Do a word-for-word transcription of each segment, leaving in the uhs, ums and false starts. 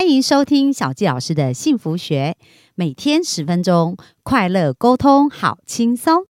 欢迎收听小纪老师的幸福学，每天十分钟，快乐沟通好轻松。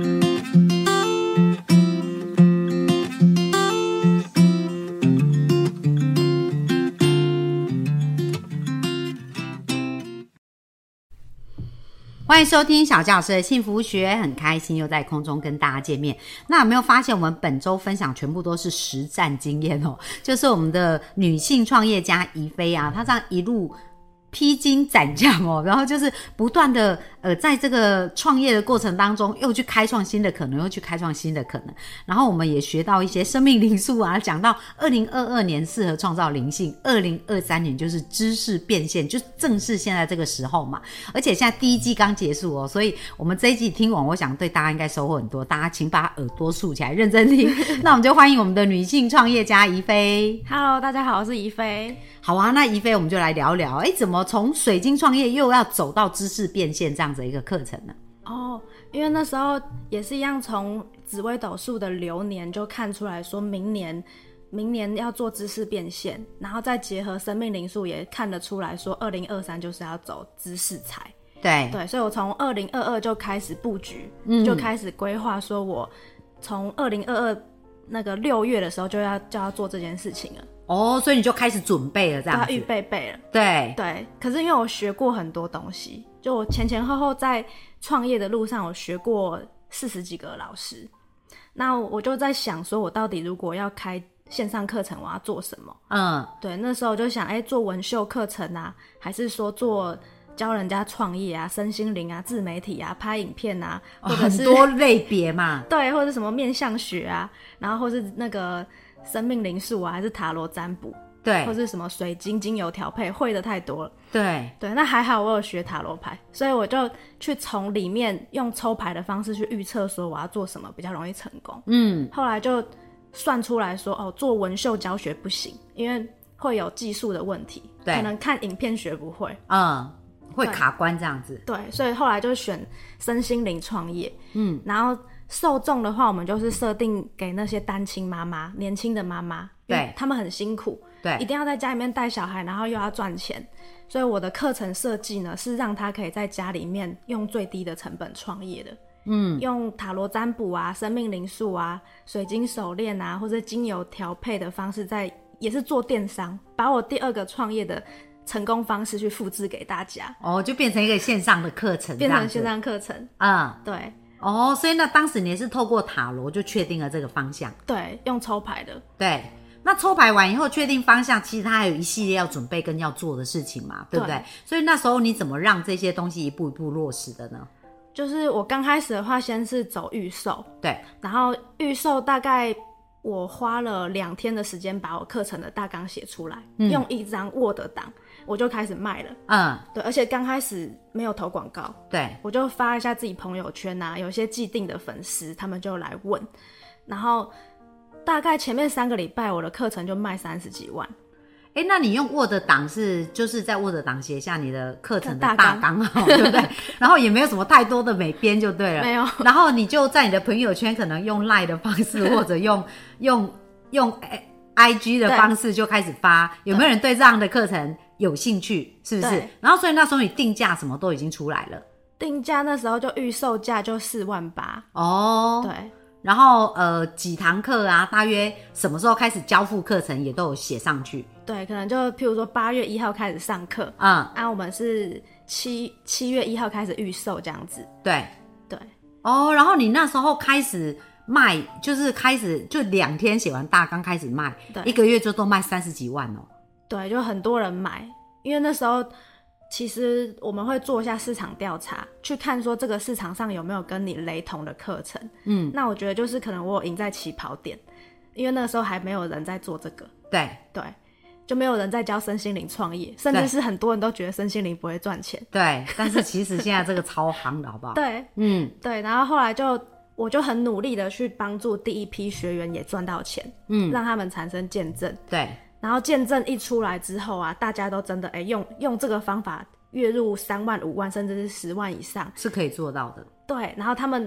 欢迎收听小纪老师的幸福学，很开心又在空中跟大家见面。那有没有发现我们本周分享全部都是实战经验哦？就是我们的女性创业家宜菲啊，她这样一路披荆斩棘哦，然后就是不断的呃，在这个创业的过程当中，又去开创新的可能，又去开创新的可能。然后我们也学到一些生命灵数啊，讲到二零二二年适合创造灵性，二零二三年就是知识变现，就正是现在这个时候嘛。而且现在第一季刚结束哦，所以我们这一季听完，我想对大家应该收获很多。大家请把耳朵竖起来，认真听。那我们就欢迎我们的女性创业家宜菲。 Hello， 大家好，我是宜菲。 好啊，那宜菲我们就来聊聊，哎，怎么从水晶创业又要走到知识变现这样子一个课程呢？ 哦，因为那时候也是一样，从紫微斗数的流年就看出来说明年明年要做知识变现，然后再结合生命灵数也看得出来说二零二三就是要走知识财。 对对，所以我从二零二二就开始布局、嗯、就开始规划说我从二零二二那个六月的时候就要就要做这件事情了。 哦，所以你就开始准备了，这样子， 对，预备备了。 对对，可是因为我学过很多东西，就我前前后后在创业的路上，我学过四十几个老师。那我就在想说，我到底如果要开线上课程，我要做什么？嗯，对，那时候我就想，哎，做文秀课程啊，还是说做教人家创业啊、身心灵啊、自媒体啊、拍影片啊，或者是、 哦、很多类别嘛。 对，或者什么面相学啊，然后或是那个生命灵数啊，还是塔罗占卜， 对， 或是什么水晶精油调配，会的太多了。 对对，那还好我有学塔罗牌，所以我就去从里面用抽牌的方式去预测说我要做什么比较容易成功。嗯，后来就算出来说，哦，做文秀教学不行，因为会有技术的问题，对，可能看影片学不会， 嗯，会卡关这样子。 对，所以后来就选身心灵创业。嗯，然后受众的话，我们就是设定给那些单亲妈妈、年轻的妈妈，对，他们很辛苦，对，一定要在家里面带小孩，然后又要赚钱，所以我的课程设计呢，是让他可以在家里面用最低的成本创业的。嗯，用塔罗占卜啊、生命灵数啊、水晶手链啊，或者精油调配的方式在，也是做电商，把我第二个创业的成功方式去复制给大家。 哦，就变成一个线上的课程， 变成线上课程。嗯，对。 哦，所以那当时你也是透过塔罗就确定了这个方向？ 对，用抽牌的。 对，那抽牌完以后确定方向，其实它还有一系列要准备跟要做的事情嘛，对不对？对，所以那时候你怎么让这些东西一步一步落实的呢？ 就是我刚开始的话，先是走预售， 对， 然后预售大概我花了两天的时间把我课程的大纲写出来，嗯、用一张 Word 档我就开始卖了。嗯，对，而且刚开始没有投广告，对，我就发一下自己朋友圈啊，有些既定的粉丝他们就来问，然后大概前面三个礼拜我的课程就卖三十几万。 哎，那你用 Word 档是就是在 Word 档写下你的课程的大纲，对不对？然后也没有什么太多的美编就对了， 没有。 然后你就在你的朋友圈可能用 Line 的方式，或者用用用 I G 的方式就开始发，有没有人对这样的课程有兴趣？是不是？然后所以那时候你定价什么都已经出来了， 定价那时候就预售价就四万八。 哦， 对。 然后呃几堂课啊，大约什么时候开始交付课程也都有写上去。 对，可能就譬如说八月一号开始上课，嗯，啊我们是七七月一号开始预售这样子。 对对。 哦，然后你那时候开始卖，就是开始就两天写完大纲开始卖，对，一个月就都卖三十几万哦。 对，就很多人买，因为那时候其实我们会做一下市场调查，去看说这个市场上有没有跟你雷同的课程。嗯，那我觉得就是可能我有赢在起跑点，因为那个时候还没有人在做这个。 对对，就没有人在教身心灵创业，甚至是很多人都觉得身心灵不会赚钱。 对，但是其实现在这个超行的好不好？ 对，嗯，对，然后后来就我就很努力的去帮助第一批学员也赚到钱，嗯，让他们产生见证。 对。 然后见证一出来之后啊，大家都真的哎用用这个方法月入三万、五万，甚至是十万以上， 是可以做到的。 对，然后他们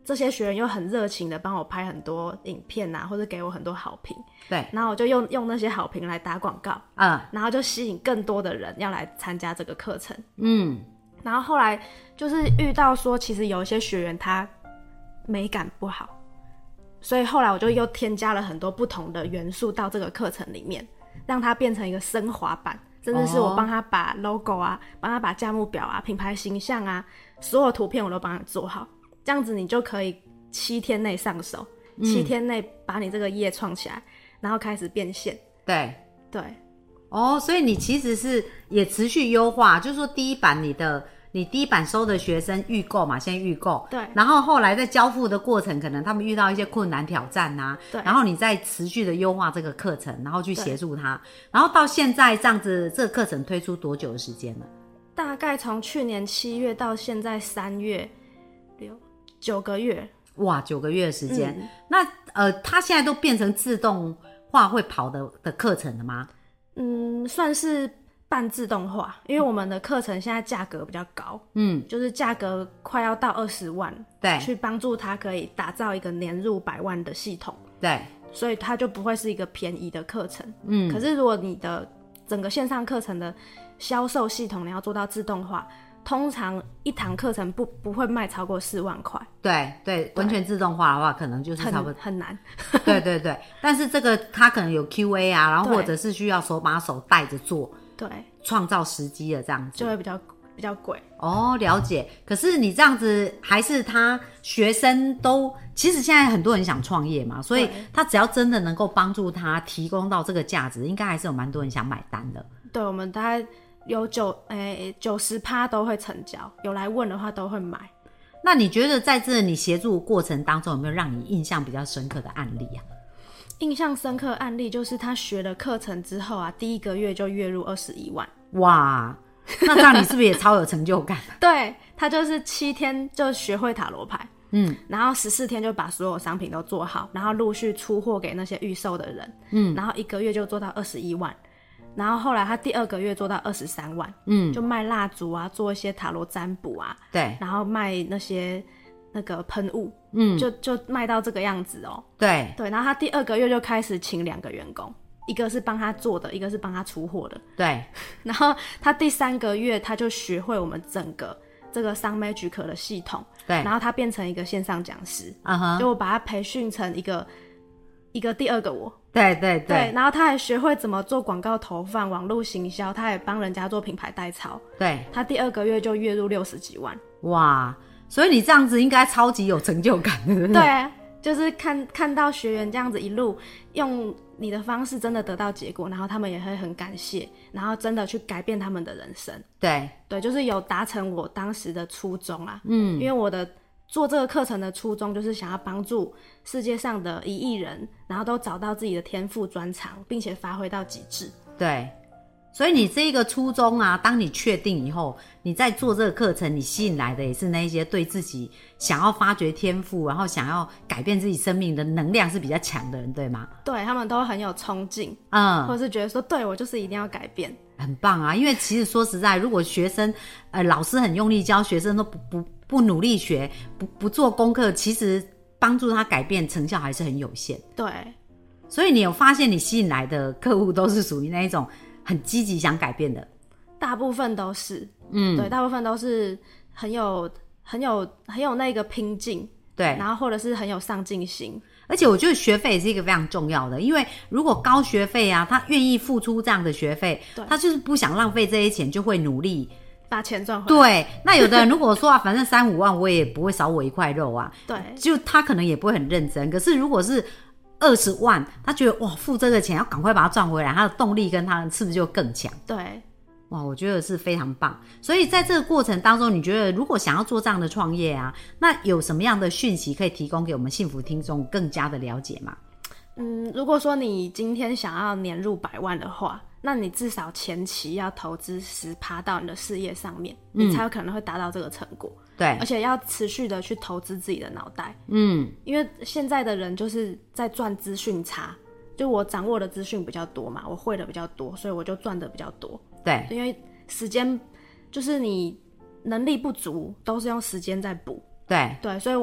这些学员又很热情的帮我拍很多影片啊，或者给我很多好评， 对， 然后我就用用那些好评来打广告，嗯，然后就吸引更多的人要来参加这个课程，嗯，然后后来就是遇到说，其实有一些学员他美感不好，所以后来我就又添加了很多不同的元素到这个课程里面，让它变成一个升华版，甚至是我帮他把 logo 啊，帮他把价目表啊、品牌形象啊，所有图片我都帮他做好，这样子你就可以七天内上手，嗯、七天内把你这个页创起来，然后开始变现。 对对， 哦，所以你其实是也持续优化，就是说第一版你的。你第一版收的学生预购嘛，先预购， 对， 然后后来在交付的过程，可能他们遇到一些困难挑战啊， 对， 然后你再持续的优化这个课程，然后去协助他，然后到现在这样子，这个课程推出多久的时间了？ 大概从去年七月到现在三月，六九个月， 哇，九个月的时间。嗯、那呃，它现在都变成自动化会跑的的课程了吗？ 嗯，算是。半自动化，因为我们的课程现在价格比较高，嗯，就是价格快要到二十万， 对， 去帮助他可以打造一个年入百万的系统， 对， 所以它就不会是一个便宜的课程，嗯，可是如果你的整个线上课程的销售系统你要做到自动化，通常一堂课程不不会卖超过四万块， 对对，完全自动化的话，可能就是差不多很, 很难， 对对对，但是这个它可能有 Q A 啊，然后或者是需要手把手带着做。 对， 创造时机的这样子就会比较比较贵哦，了解。可是你这样子还是他学生都，其实现在很多人想创业嘛，所以他只要真的能够帮助他提供到这个价值，应该还是有蛮多人想买单的。 对，我们大概有九诶九十趴都会成交，有来问的话都会买。 那你觉得在这你协助过程当中，有没有让你印象比较深刻的案例啊？ 印象深刻的案例就是他学了课程之后啊，第一个月就月入二十一万。 哇，那这样你是不是也超有成就感？ 对，他就是七天就学会塔罗牌，嗯，然后十四天就把所有商品都做好，然后陆续出货给那些预售的人，嗯，然后一个月就做到二十一万，然后后来他第二个月做到二十三万，嗯，就卖蜡烛啊，做一些塔罗占卜啊， 对， 然后卖那些那个喷雾，嗯，就就卖到这个样子哦。 对对，然后他第二个月就开始请两个员工，一个是帮他做的，一个是帮他出货的。 对， 然后他第三个月他就学会我们整个这个Sun Magic的系统， 对， 然后他变成一个线上讲师， 嗯哼， 就我把他培训成一个一个第二个我。 对对 对, 对，然后他还学会怎么做广告投放、网络行销，他也帮人家做品牌代操。 对， 他第二个月就月入六十几万。 哇！所以你这样子应该超级有成就感，对不对？ 对，就是看看到学员这样子一路用你的方式真的得到结果，然后他们也会很感谢，然后真的去改变他们的人生。 对对，就是有达成我当时的初衷啊。嗯，因为我的做这个课程的初衷就是想要帮助世界上的一亿人，然后都找到自己的天赋专长，并且发挥到极致。 对。所以你这个初衷啊，当你确定以后，你在做这个课程，你吸引来的也是那些对自己想要发掘天赋，然后想要改变自己生命的能量是比较强的人，对吗？ 对，他们都很有冲劲，嗯，或者是觉得说，对，我就是一定要改变， 很棒啊！因为其实说实在，如果学生呃老师很用力教，学生都不不不努力学，不不做功课，其实帮助他改变成效还是很有限。 对， 所以你有发现你吸引来的客户都是属于那一种很积极想改变的？ 大部分都是，嗯，对，大部分都是很有很有很有那个拼劲， 对， 然后或者是很有上进心。 而且我觉得学费也是一个非常重要的，因为如果高学费啊，他愿意付出这样的学费，他就是不想浪费这些钱，就会努力把钱赚回来。 对，那有的人如果说啊，反正三五万我也不会少我一块肉啊， 对， 就他可能也不会很认真。可是如果是二十万，他觉得哇，付这个钱要赶快把它赚回来，他的动力跟他是不是就更强？ 对， 哇，我觉得是非常棒。所以在这个过程当中，你觉得如果想要做这样的创业啊，那有什么样的讯息可以提供给我们幸福听众更加的了解吗？ 嗯，如果说你今天想要年入百万的话，那你至少前期要投资 百分之十 到你的事业上面，嗯，你才有可能会达到这个成果。 对， 而且要持续的去投资自己的脑袋，嗯，因为现在的人就是在赚资讯差，就我掌握的资讯比较多嘛，我会的比较多，所以我就赚的比较多。 对， 因为时间就是你能力不足，都是用时间在补。 对对，所以我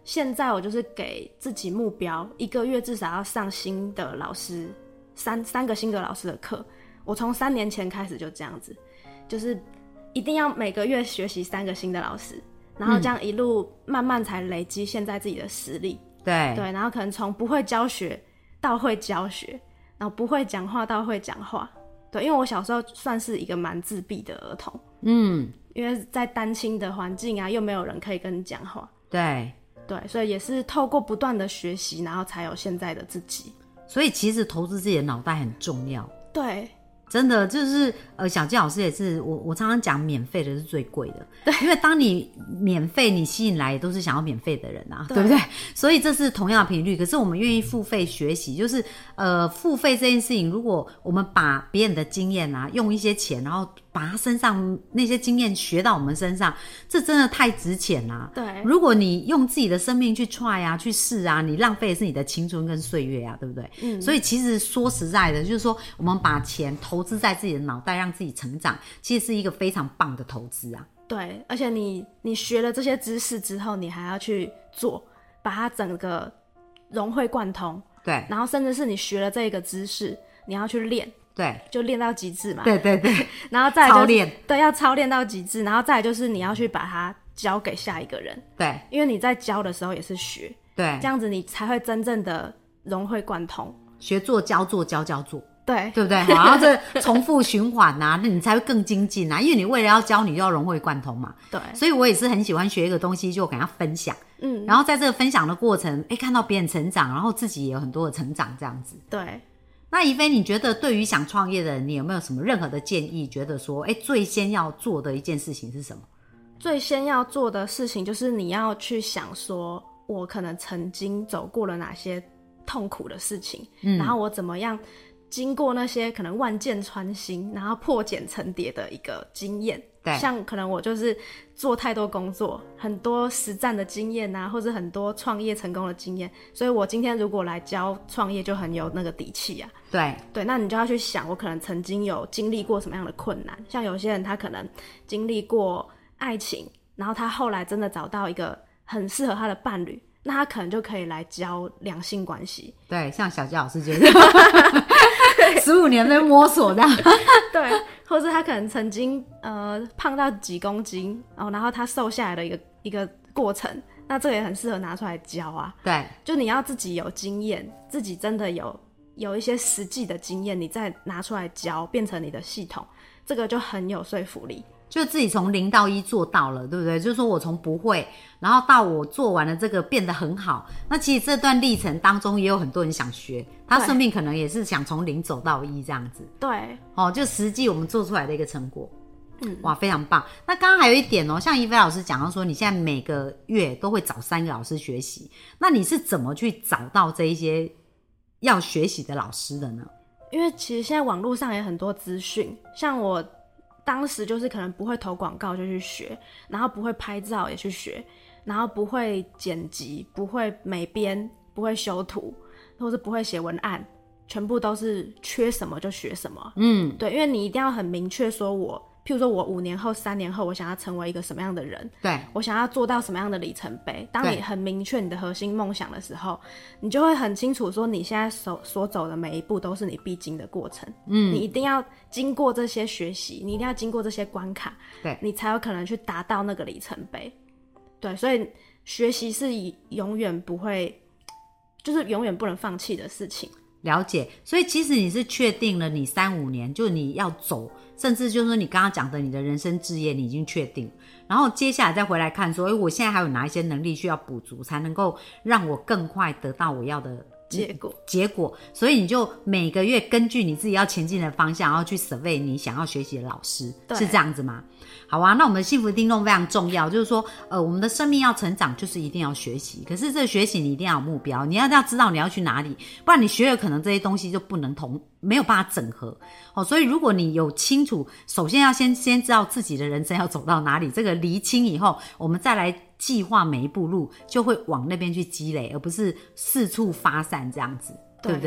现在我就是给自己目标，一个月至少要上新的老师三三个新的老师的课。我从三年前开始就这样子，就是一定要每个月学习三个新的老师，然后这样一路慢慢才累积现在自己的实力。 对对，然后可能从不会教学到会教学，然后不会讲话到会讲话。对，因为我小时候算是一个蛮自闭的儿童，嗯，因为在单亲的环境啊，又没有人可以跟你讲话。 对对，所以也是透过不断的学习，然后才有现在的自己。 所以其实投资自己的脑袋很重要。 对， 真的就是呃，小纪老师也是我我常常讲，免费的是最贵的。对，因为当你免费，你吸引来也都是想要免费的人啊， 对, 对不对？所以这是同样的频率。可是我们愿意付费学习，就是呃，付费这件事情，如果我们把别人的经验啊，用一些钱，然后把他身上那些经验学到我们身上，这真的太值钱啦。 对， 如果你用自己的生命去 try 啊，去试啊，你浪费的是你的青春跟岁月啊，对不对？嗯。所以其实说实在的，就是说我们把钱投资在自己的脑袋，让自己成长，其实是一个非常棒的投资啊。 对，而且你你学了这些知识之后，你还要去做，把它整个融会贯通。 对， 然后甚至是你学了这个知识，你要去练。 对， 就练到极致嘛。 对对对， 然后再来、就是、 操练， 对，要操练到极致，然后再来就是你要去把它交给下一个人。 对， 因为你在教的时候也是学， 对， 这样子你才会真正的融会贯通。 学做教做教教做， 对， 对不对？然后这重复循环啊，那你才会更精进啊，因为你为了要教，你就要融会贯通嘛。 对， 所以我也是很喜欢学一个东西，就跟他分享。嗯，然后在这个分享的过程，哎，看到别人成长，然后自己也有很多的成长，这样子。 对。 那怡菲，你觉得对于想创业的人，你有没有什么任何的建议？觉得说，哎，最先要做的一件事情是什么？ 最先要做的事情就是你要去想说，我可能曾经走过了哪些痛苦的事情，嗯，然后我怎么样经过那些可能万箭穿心，然后破茧成蝶的一个经验。对，像可能我就是做太多工作，很多实战的经验啊，或者很多创业成功的经验，所以我今天如果来教创业就很有那个底气啊。 对对，那你就要去想，我可能曾经有经历过什么样的困难。像有些人他可能经历过爱情，然后他后来真的找到一个很适合他的伴侣，那他可能就可以来教两性关系。 对，像小纪老师就是十五年在摸索的。 对，或是他可能曾经呃胖到几公斤，哦，然后他瘦下来的一个一个过程，那这个也很适合拿出来教啊。 对， 就你要自己有经验，自己真的有有一些实际的经验，你再拿出来教，变成你的系统，这个就很有说服力。 就自己从零到一做到了，对不对？就是说我从不会，然后到我做完了这个变得很好。那其实这段历程当中也有很多人想学，他顺便可能也是想从零走到一这样子。 对， 哦，就实际我们做出来的一个成果。嗯，哇，非常棒。那刚刚还有一点哦，像怡菲老师讲到说，你现在每个月都会找三个老师学习，那你是怎么去找到这一些要学习的老师的呢？ 因为其实现在网络上也很多资讯，像我当时就是可能不会投广告就去学，然后不会拍照也去学，然后不会剪辑，不会美编，不会修图，或是不会写文案，全部都是缺什么就学什么。嗯，对，因为你一定要很明确说我譬如说我五年后三年后我想要成为一个什么样的人，对，我想要做到什么样的里程碑，当你很明确你的核心梦想的时候，你就会很清楚说你现在所所走的每一步都是你必经的过程。嗯，你一定要经过这些学习，你一定要经过这些关卡，对，你才有可能去达到那个里程碑。对，所以学习是永远不会，就是永远不能放弃的事情。 了解，所以其实你是确定了你三五年就你要走，甚至就是说你刚刚讲的你的人生志业你已经确定，然后接下来再回来看说，诶，我现在还有哪一些能力需要补足，才能够让我更快得到我要的结果结果。所以你就每个月根据你自己要前进的方向，然后去 survey 你想要学习的老师，是这样子吗？好啊，那我们幸福听众非常重要，就是说呃，我们的生命要成长就是一定要学习，可是这个学习你一定要有目标，你要要知道你要去哪里，不然你学了可能这些东西就不能同没有办法整合。哦，所以如果你有清楚，首先要先先知道自己的人生要走到哪里，这个厘清以后，我们再来计划每一步路，就会往那边去积累，而不是四处发散这样子， 对, 对不对？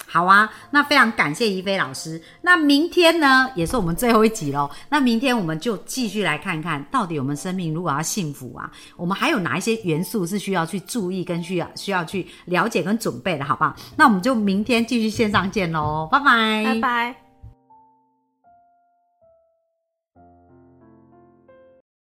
好啊，那非常感谢怡菲老师。那明天呢，也是我们最后一集咯。那明天我们就继续来看看，到底我们生命如果要幸福啊，我们还有哪一些元素是需要去注意跟需要需要去了解跟准备的，好不好？那我们就明天继续线上见咯，拜拜， 拜拜。